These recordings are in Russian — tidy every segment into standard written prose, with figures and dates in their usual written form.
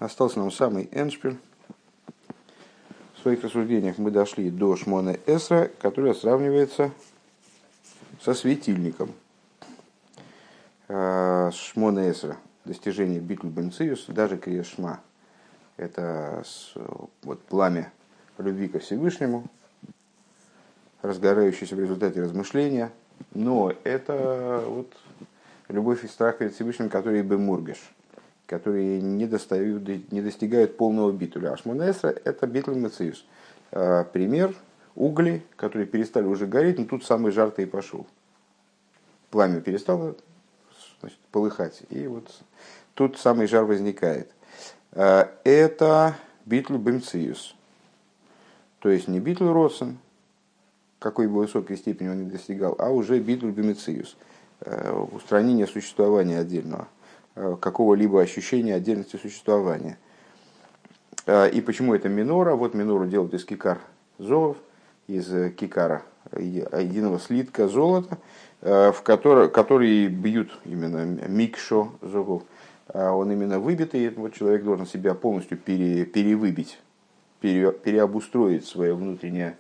Остался нам самый эндшпиль. В своих рассуждениях мы дошли до Шмоне Эсра, которая сравнивается со светильником. Шмоне Эсра – достижение Битль Бенциус, даже Крия Шма. Это вот пламя любви ко Всевышнему, разгорающееся в результате размышления. Но это вот любовь и страх перед Всевышним, которые бемургеш, которые не достигают полного битуля. А Шмоне Эсра – это Битль Мециус. Пример – угли, которые перестали уже гореть, но тут самый жар-то и пошел. Пламя перестало, значит, полыхать, и вот тут самый жар возникает. Это Битль Бемциус. То есть не Битль Родсен, какой бы высокой степени он не достигал, а уже Битль Бемциус. Устранение существования отдельного, какого-либо ощущения отдельности существования. И почему это минора? Вот минору делают из кикар золов, из кикара, единого слитка золота, который бьют именно микшо золов. Он именно выбитый, вот человек должен себя полностью перевыбить, переобустроить свое внутреннее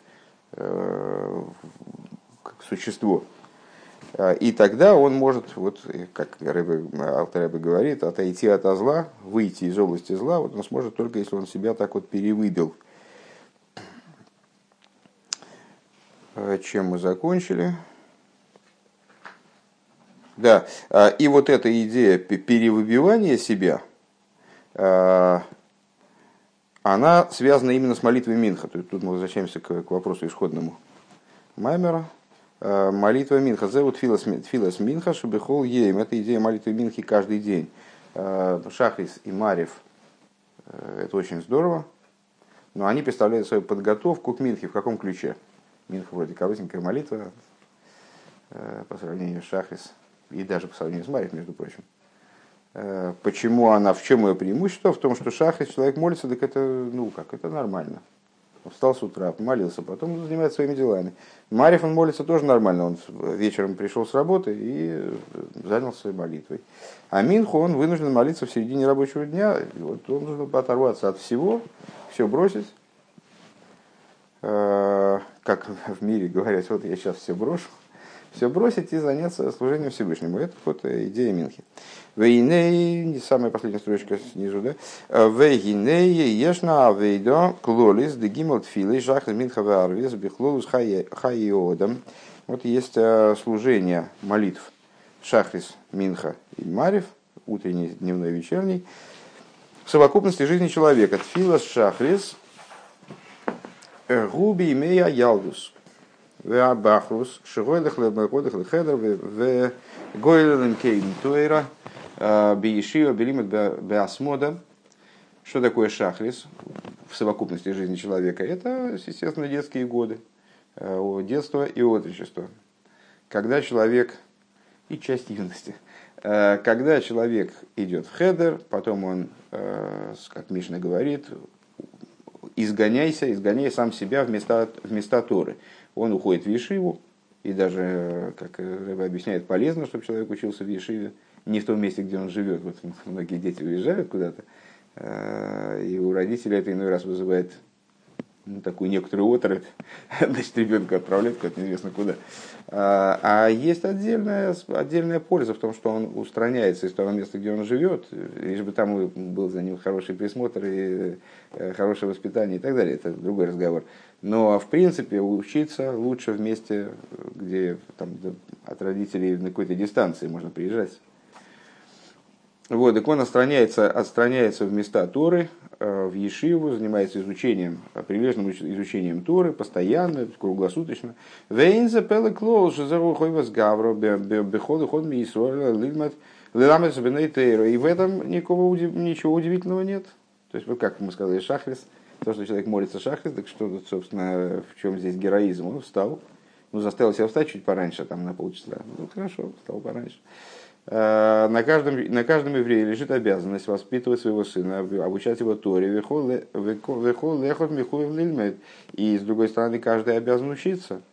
существо. И тогда он может, вот, как Алтер Ребе говорит, отойти от зла, выйти из области зла. Вот он сможет только, если он себя так вот перевыбил. Чем мы закончили? Да, и вот эта идея перевыбивания себя, она связана именно с молитвой Минха. Тут мы возвращаемся к вопросу исходному Маймера. Молитва Минха. Зевут филас Минха шебехол ейм. Это идея молитвы Минхи каждый день. Шахрис и Марев. Это очень здорово. Но они представляют свою подготовку к Минхе. В каком ключе? Минха вроде коротенькая молитва по сравнению с Шахрис. И даже по сравнению с Марев, между прочим. Почему она, в чем ее преимущество? В том, что Шахрис, человек молится, так это, это нормально. Он встал с утра, помолился, потом занимается своими делами. Марев, он молится тоже нормально. Он вечером пришел с работы и занялся молитвой. А Минху он вынужден молиться в середине рабочего дня. И вот он должен оторваться от всего, все бросить. Как в мире говорят, вот я сейчас все брошу. Все бросить и заняться служением Всевышнему. Это вот идея Минхи. Вейней, самая последняя строчка снизу, да? Вейней ешна авейдо клолис дегимот филей жахас минха варвис бихлолус хайодам. Вот есть служение молитв Шахрис, Минха и Марев, утренний, дневной, вечерний, в совокупности жизни человека. Тфилас Шахрис губи имея ялдус. Веабахрус, шигойлых лебакодых лехедер, вегойлем кейн туэра, биешива, белимет беасмода. Что такое шахрис в совокупности жизни человека? Это, естественно, детские годы, детство и отрочество. Когда человек, и часть юности, когда человек идет в хедер, потом он, как Мишна говорит, изгоняй сам себя вместо Торы. Он уходит в ешиву, и даже, как Ребе объясняет, полезно, чтобы человек учился в ешиве, не в том месте, где он живет. Вот многие дети уезжают куда-то, и у родителей это иной раз вызывает такую некоторую оторопь, значит, ребенка отправляют куда-то неизвестно куда. А есть отдельная польза в том, что он устраняется из того места, где он живет, лишь бы там был за ним хороший присмотр и хорошее воспитание и так далее. Это другой разговор. Но, в принципе, учиться лучше в месте, где там, от родителей на какой-то дистанции можно приезжать. Вот, так он отстраняется в места Торы, в Ешиву, занимается изучением, прилежным изучением Торы, постоянно, круглосуточно. Вейнзе пеле клоус, шезеру хойвас гавро, беходу ход миисроля, лиламес бенейтейро. И в этом ничего удивительного нет. То есть, вот как мы сказали, Шахрис, то, что человек молится Шахрис, так что тут, собственно, в чем здесь героизм? Он встал, заставил себя встать чуть пораньше, там на полчаса. Хорошо, встал пораньше. На каждом еврее лежит обязанность воспитывать своего сына, обучать его Торе. И с другой стороны, каждый обязан учиться.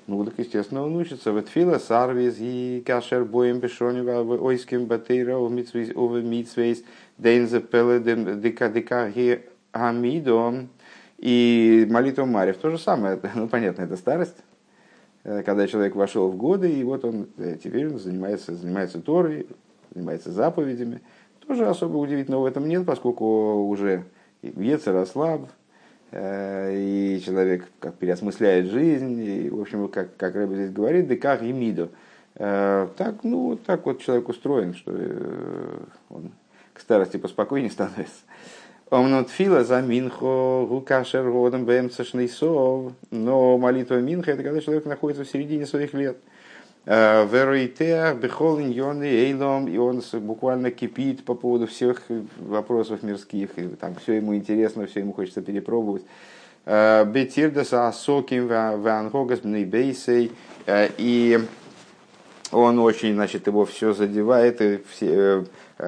Ну, так, естественно, он учится. Вот фила сарвиз и кашер боем бешонева в ойским батейра в митсвейс дейнзе пеледем дика гамидом. И молитва Марьев то же самое. Ну, понятно, это старость. Когда человек вошел в годы, и вот он теперь занимается Торой, занимается заповедями. Тоже особо удивительного в этом нет, поскольку уже Йецер ослаб, и человек как переосмысляет жизнь, и, в общем, как Рэбе здесь говорит, деках и мидо. Так, ну, так вот человек устроен, что он к старости поспокойнее становится. Омнут фила за минхо гукашер годом бэмцешнейсов, но молитва минха — это когда человек находится в середине своих лет. Вероитеах бехолин йоны эйлом, и он буквально кипит по поводу всех вопросов мирских, и там все ему интересно, все ему хочется перепробовать. Бетирдаса соким вангогас бнейбейсей, и он очень, значит, его все задевает, и все,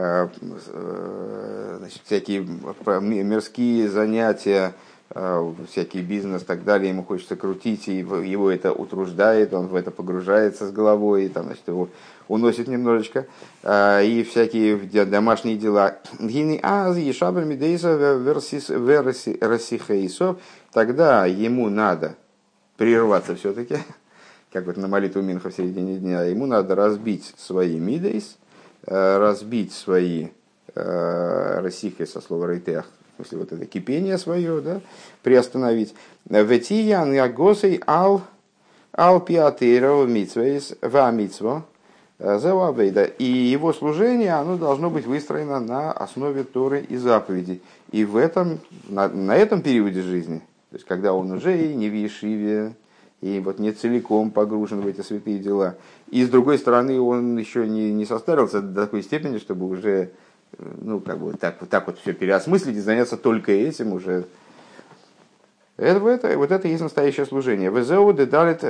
значит, всякие мирские занятия, всякий бизнес и так далее, ему хочется крутить, и его это утруждает, он в это погружается с головой, и там, значит, его уносит немножечко, и всякие домашние дела. Тогда ему надо прерваться все-таки, как вот на молитву Минха в середине дня, ему надо разбить свои мидейс, разбить свои рассихи со слова рейтех, в смысле вот это кипение свое, да, приостановить. Ветиян ягосей ал пиатейра митсвейс ва митсво зававейда. И его служение, оно должно быть выстроено на основе Торы и заповедей. И в этом, на этом периоде жизни, то есть когда он уже и не в Ешиве, и вот не целиком погружен в эти святые дела. И с другой стороны, он еще не состарился до такой степени, чтобы уже, ну, как бы так вот все переосмыслить и заняться только этим уже. Вот это и есть настоящее служение. Везеу дедалит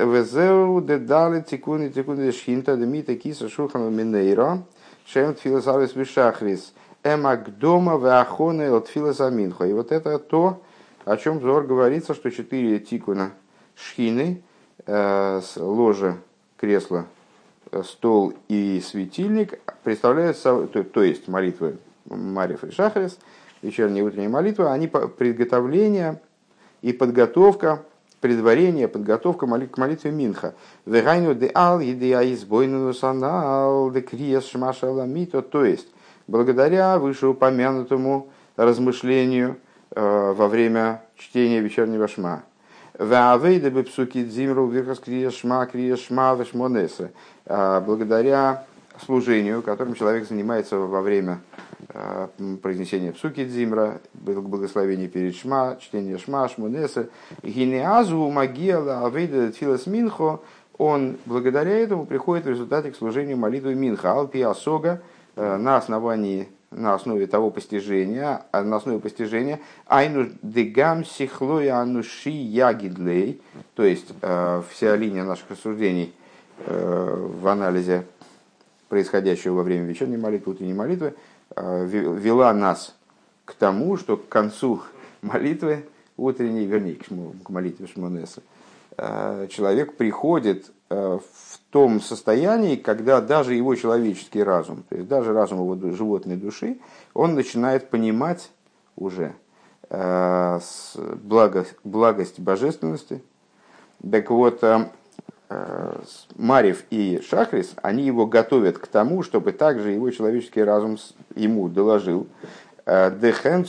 тикуни шхинта демита киса шурхан минейра шем тфилосарис вишахрис эмагдома веахоне от филосаминхо. И вот это то, о чем Зоар говорится, что 4 тикуна шхины, ложе, кресло, стол и светильник представляют собой, то есть молитвы Марьев и Шахрис, вечерняя и утренняя молитва, они приготовление и подготовка, предварение, подготовка к молитве Минха. То есть, благодаря вышеупомянутому размышлению во время чтения вечернего шма. Благодаря служению, которым человек занимается во время произнесения псуки дзимра, благословения перед шма, чтения шма, шмонеса, гинеазу магиала авейда тфилас минхо, он благодаря этому приходит в результате к служению молитвы минха, алпи асога, на основе того постижения, на основе постижения, айну дегам сихлоя ануши ягидлей, то есть вся линия наших рассуждений в анализе происходящего во время вечерней молитвы, утренней молитвы, вела нас к тому, что к концу молитвы утренней, вернее, к молитве Шмонеса, человек приходит в том состоянии, когда даже его человеческий разум, то есть даже разум его животной души, он начинает понимать уже благость божественности. Так вот, Марьев и Шахрис, они его готовят к тому, чтобы также его человеческий разум ему доложил, что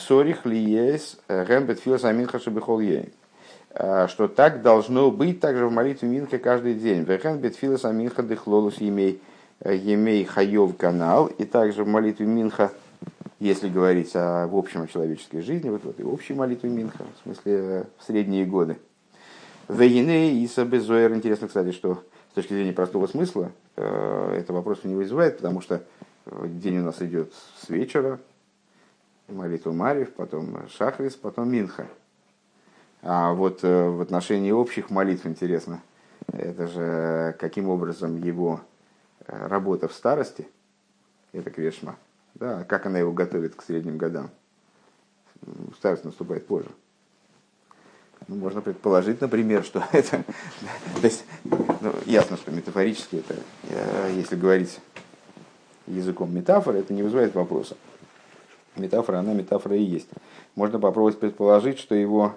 так должно быть также в молитве Минха каждый день. Емей Хайов канал, и также в молитве Минха, если говорить в общем о человеческой жизни, вот в этой общей молитве Минха, в смысле в средние годы. Вейне и Сабезоэр. Интересно, кстати, что с точки зрения простого смысла это вопрос не вызывает, потому что день у нас идет с вечера, молитва Марьев, потом Шахрис, потом Минха. А вот в отношении общих молитв интересно, это же каким образом его работа в старости, это Крешма, да, как она его готовит к средним годам. Старость наступает позже. Можно предположить, например, что это... То есть, ясно, что метафорически это, если говорить языком метафоры, это не вызывает вопроса. Метафора, она метафора и есть. Можно попробовать предположить, что его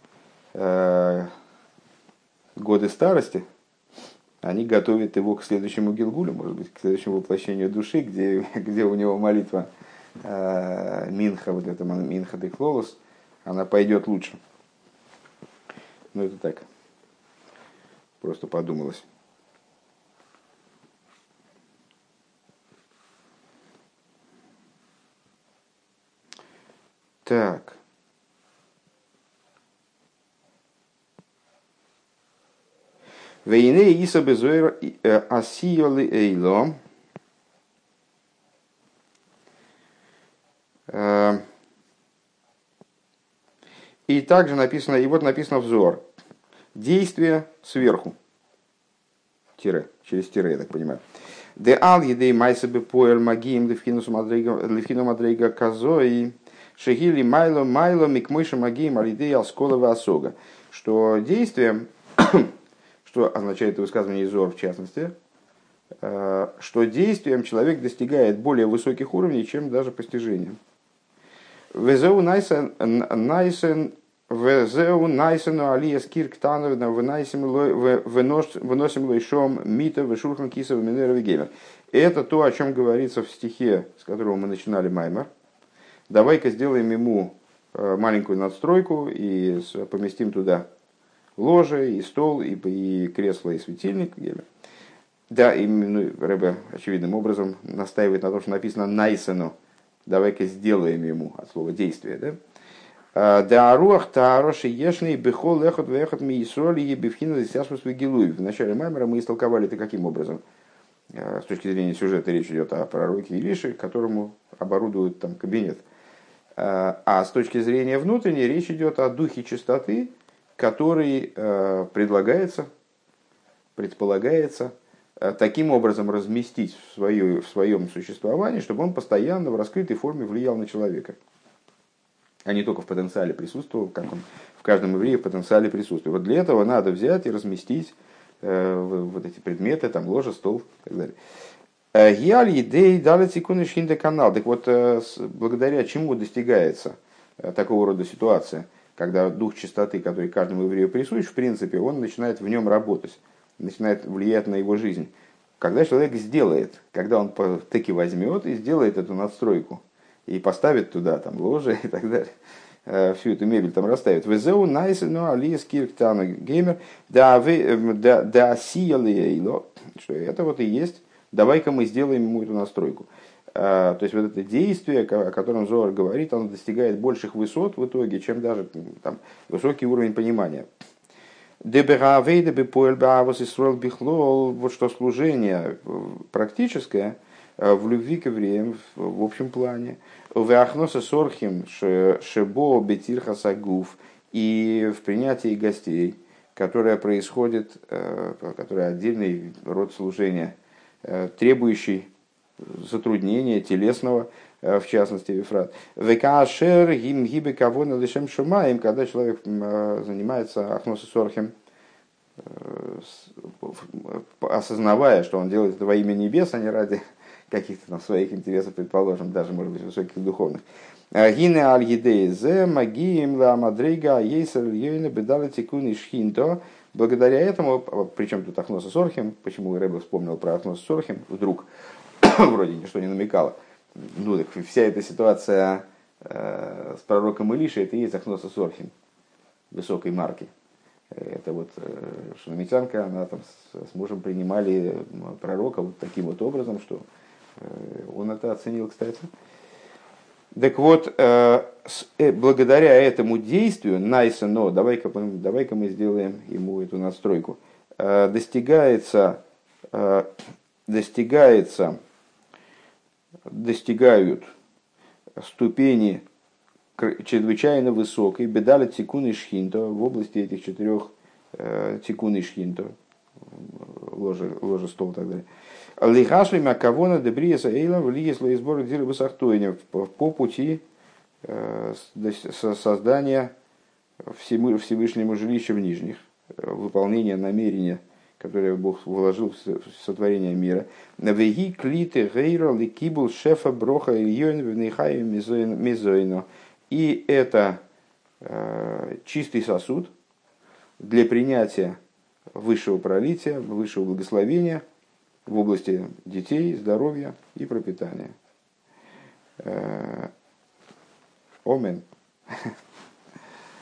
годы старости, они готовят его к следующему Гилгулю, может быть, к следующему воплощению души, где у него молитва Минха, вот эта Минха де Клолос, она пойдет лучше. Ну, это так. Просто подумалось. Так. Вейне Иса Безуэр Асиоли Эйло. И также написано, и вот написано взор. Действие сверху. Тире, через тире, я так понимаю. Де ал едей майсабе поэр магием левхину мадрейга казои шегили майло майло микмойша магием алидей алсколова осога. Что действие, что означает это высказывание Зор в частности, что действием человек достигает более высоких уровней, чем даже постижением. Везеу найсен алиес кирктановна выносим лойшом мита вешурхан кисов минеров геймер. Это то, о чем говорится в стихе, с которого мы начинали маймер. Давай-ка сделаем ему маленькую надстройку и поместим туда ложе, и стол, и кресло, и светильник. Да, и Ребе очевидным образом настаивает на том, что написано «найсену». Давай-ка сделаем ему, от слова «действие». Да? Да аруах таароши ешный бехол лехот вехот миисроли ебивхина засясвус вегилуй. В начале маймера мы истолковали это каким образом? С точки зрения сюжета речь идет о пророке Илише, которому оборудуют там кабинет. А с точки зрения внутренней речь идет о духе чистоты, который предполагается таким образом разместить в своем существовании, чтобы он постоянно в раскрытой форме влиял на человека. А не только в потенциале присутствовал, как он в каждом еврее в потенциале присутствует. Вот для этого надо взять и разместить вот эти предметы, там ложа, стол и так далее. Гиаль идей дали секунды шинда канал. Так вот, благодаря чему достигается такого рода ситуация, когда дух чистоты, который каждому еврею присущ, в принципе, он начинает в нем работать, начинает влиять на его жизнь. Когда человек сделает, когда он таки возьмет и сделает эту надстройку, и поставит туда там ложе и так далее, всю эту мебель там расставит. Везеу найс, но алиес кирктана геймер, да сиялейло, что это вот и есть. Давай-ка мы сделаем ему эту настройку. То есть вот это действие, о котором Зоар говорит, оно достигает больших высот в итоге, чем даже там, высокий уровень понимания. Вот что служение практическое в любви к евреям в общем плане, веахноса сорхим шебо бетирха сагуф, и в принятии гостей, которое происходит, которое отдельный род служения, требующий затруднения телесного, в частности, Ефрат. Векашер гим гибе кого на лишем шумаем, когда человек занимается ахноса сорхим, осознавая, что он делает это во имя небес, а не ради каких-то там своих интересов, предположим, даже, может быть, высоких духовных. Гине аль едезе магием ла мадрейга ейсер йойна бедали тикуни шхинто. Благодаря этому, причем тут ахноса сорхим, почему Рэбе вспомнил про ахноса сорхим, вдруг, вроде ничто не намекало. Ну, так вся эта ситуация с пророком Илишей, это и есть ахноса сорхим, высокой марки. Это вот шунамитянка, она там с мужем принимали пророка вот таким вот образом, что он это оценил, кстати. Так вот, благодаря этому действию, найса, но давай-ка мы сделаем ему эту надстройку, достигают ступени чрезвычайно высокой, бедали тикуны шхинто, в области этих 4 тикуны шхинто, ложа, стол и так далее. Лихашли макавона дебриеса эйлам влиесло и сбор диры высохтойня по пути создания Всевышнему жилище в нижних, выполнение намерения, которое Бог вложил в сотворение мира. Веги клиты гейро ликибул шефа броха ильён внихай мизойно. И это чистый сосуд для принятия высшего пролития, высшего благословения в области детей, здоровья и пропитания. Омен.